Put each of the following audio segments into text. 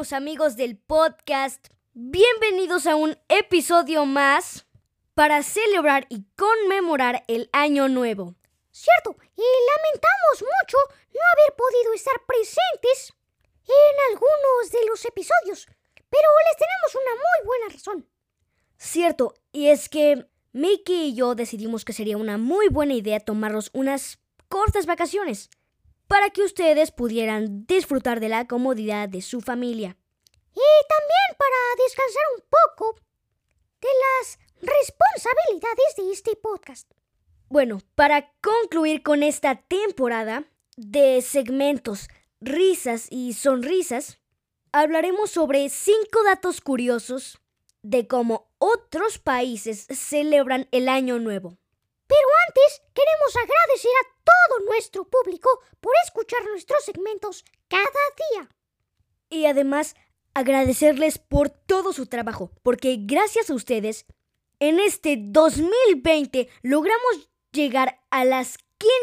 queridísimos amigos del podcast. Bienvenidos a un episodio más para celebrar y conmemorar el Año Nuevo. Cierto, y lamentamos mucho no haber podido estar presentes en algunos de los episodios, pero les tenemos una muy buena razón. Cierto, y es que Mickey y yo decidimos que sería una muy buena idea tomarnos unas cortas vacaciones para que ustedes pudieran disfrutar de la comodidad de su familia. Y también para descansar un poco de las responsabilidades de este podcast. Bueno, para concluir con esta temporada de segmentos, risas y sonrisas, hablaremos sobre 5 datos curiosos de cómo otros países celebran el Año Nuevo. Pero antes queremos agradecer a todo nuestro público por escuchar nuestros segmentos cada día. Y además agradecerles por todo su trabajo, porque gracias a ustedes, en este 2020 logramos llegar a las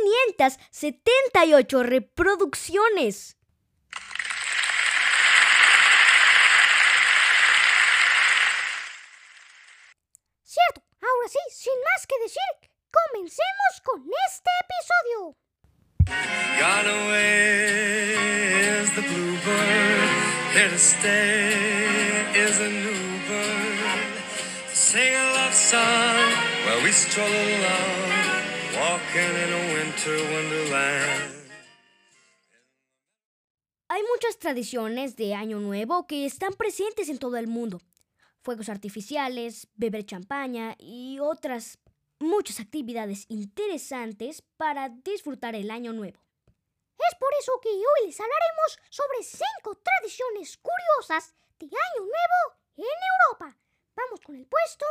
578 reproducciones. Cierto, ahora sí, sin más que decir, comencemos con este episodio. Gone away is the bluebird, here to stay is a new bird. Sing a love song while we stroll along, walking in a winter wonderland. Hay muchas tradiciones de Año Nuevo que están presentes en todo el mundo. Fuegos artificiales, beber champaña y otras muchas actividades interesantes para disfrutar el Año Nuevo. Es por eso que hoy les hablaremos sobre 5 tradiciones curiosas de Año Nuevo en Europa. Vamos con el puesto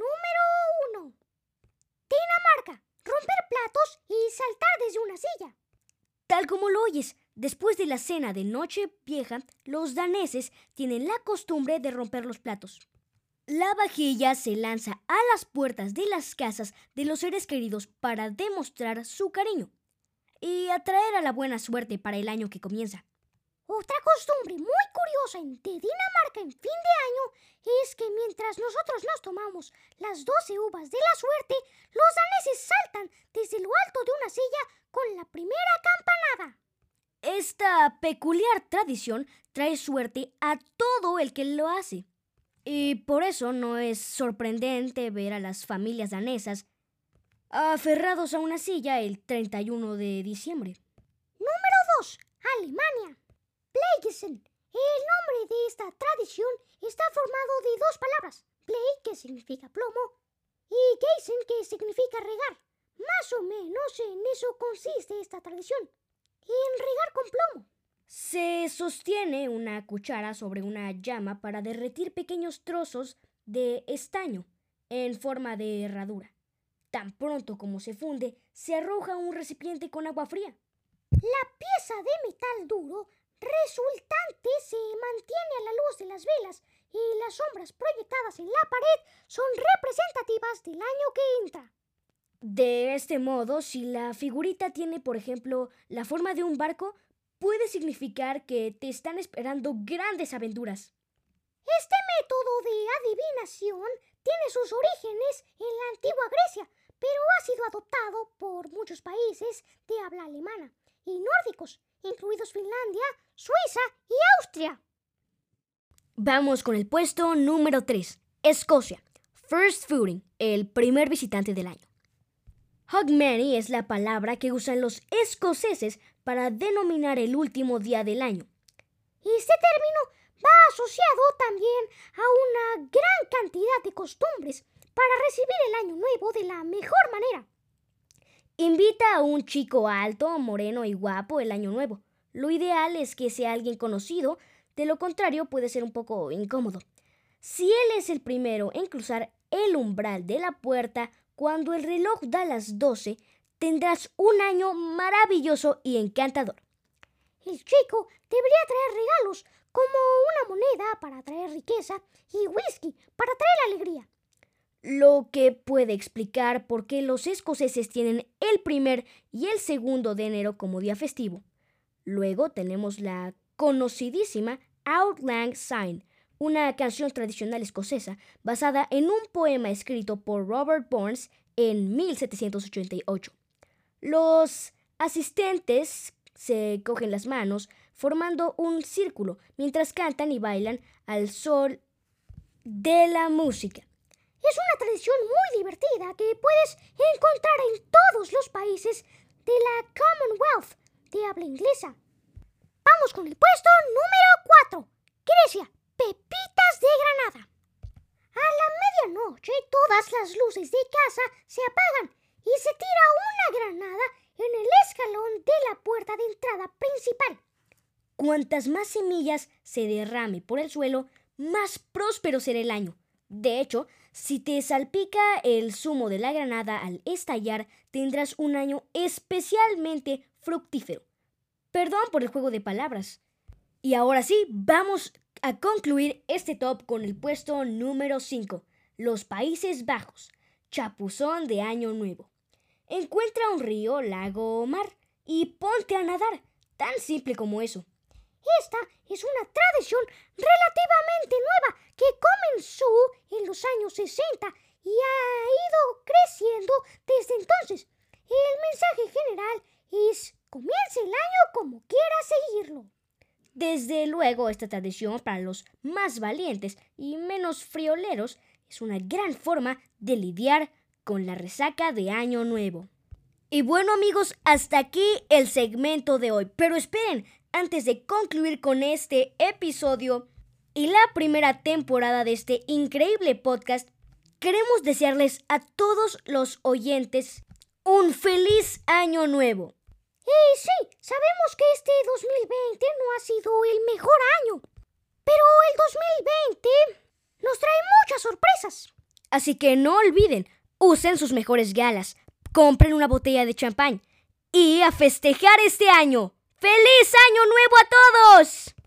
número 1. Dinamarca, romper platos y saltar desde una silla. Tal como lo oyes, después de la cena de Noche Vieja, los daneses tienen la costumbre de romper los platos. La vajilla se lanza a las puertas de las casas de los seres queridos para demostrar su cariño y atraer a la buena suerte para el año que comienza. Otra costumbre muy curiosa de Dinamarca en fin de año es que mientras nosotros nos tomamos las 12 uvas de la suerte, los daneses saltan desde lo alto de una silla con la primera campanada. Esta peculiar tradición trae suerte a todo el que lo hace. Y por eso no es sorprendente ver a las familias danesas aferrados a una silla el 31 de diciembre. Número 2. Alemania. Bleigesen. El nombre de esta tradición está formado de 2 palabras. Bleig, que significa plomo, y Geisen, que significa regar. Más o menos en eso consiste esta tradición, en regar con plomo. Se sostiene una cuchara sobre una llama para derretir pequeños trozos de estaño en forma de herradura. Tan pronto como se funde, se arroja a un recipiente con agua fría. La pieza de metal duro resultante se mantiene a la luz de las velas y las sombras proyectadas en la pared son representativas del año que entra. De este modo, si la figurita tiene, por ejemplo, la forma de un barco, puede significar que te están esperando grandes aventuras. Este método de adivinación tiene sus orígenes en la antigua Grecia, pero ha sido adoptado por muchos países de habla alemana y nórdicos, incluidos Finlandia, Suiza y Austria. Vamos con el puesto número 3. Escocia. First Footing, el primer visitante del año. Hogmanay es la palabra que usan los escoceses para denominar el último día del año. Este término va asociado también a una gran cantidad de costumbres para recibir el año nuevo de la mejor manera. Invita a un chico alto, moreno y guapo el año nuevo. Lo ideal es que sea alguien conocido, de lo contrario puede ser un poco incómodo. Si él es el primero en cruzar el umbral de la puerta cuando el reloj da las 12, tendrás un año maravilloso y encantador. El chico debería traer regalos como una moneda para traer riqueza y whisky para traer alegría. Lo que puede explicar por qué los escoceses tienen el 1 y el 2 de enero como día festivo. Luego tenemos la conocidísima Auld Lang Syne, una canción tradicional escocesa basada en un poema escrito por Robert Burns en 1788. Los asistentes se cogen las manos formando un círculo mientras cantan y bailan al son de la música. Es una tradición muy divertida que puedes encontrar en todos los países de la Commonwealth de habla inglesa. Vamos con el puesto número 4. Grecia, pepitas de Granada. A la medianoche todas las luces de casa se apagan y se tira una granada en el escalón de la puerta de entrada principal. Cuantas más semillas se derrame por el suelo, más próspero será el año. De hecho, si te salpica el zumo de la granada al estallar, tendrás un año especialmente fructífero. Perdón por el juego de palabras. Y ahora sí, vamos a concluir este top con el puesto número 5, los Países Bajos, chapuzón de Año Nuevo. Encuentra un río, lago o mar y ponte a nadar, tan simple como eso. Esta es una tradición relativamente nueva que comenzó en los años 60 y ha ido creciendo desde entonces. El mensaje general es: comience el año como quiera seguirlo. Desde luego, esta tradición para los más valientes y menos frioleros es una gran forma de lidiar con la resaca de Año Nuevo. Y bueno, amigos, hasta aquí el segmento de hoy. Pero esperen, antes de concluir con este episodio y la primera temporada de este increíble podcast, queremos desearles a todos los oyentes un feliz Año Nuevo. Y sí, sabemos que este 2020 no ha sido el mejor año, pero el 2020 nos trae muchas sorpresas. Así que no olviden, usen sus mejores galas, compren una botella de champán y a festejar este año. ¡Feliz Año Nuevo a todos!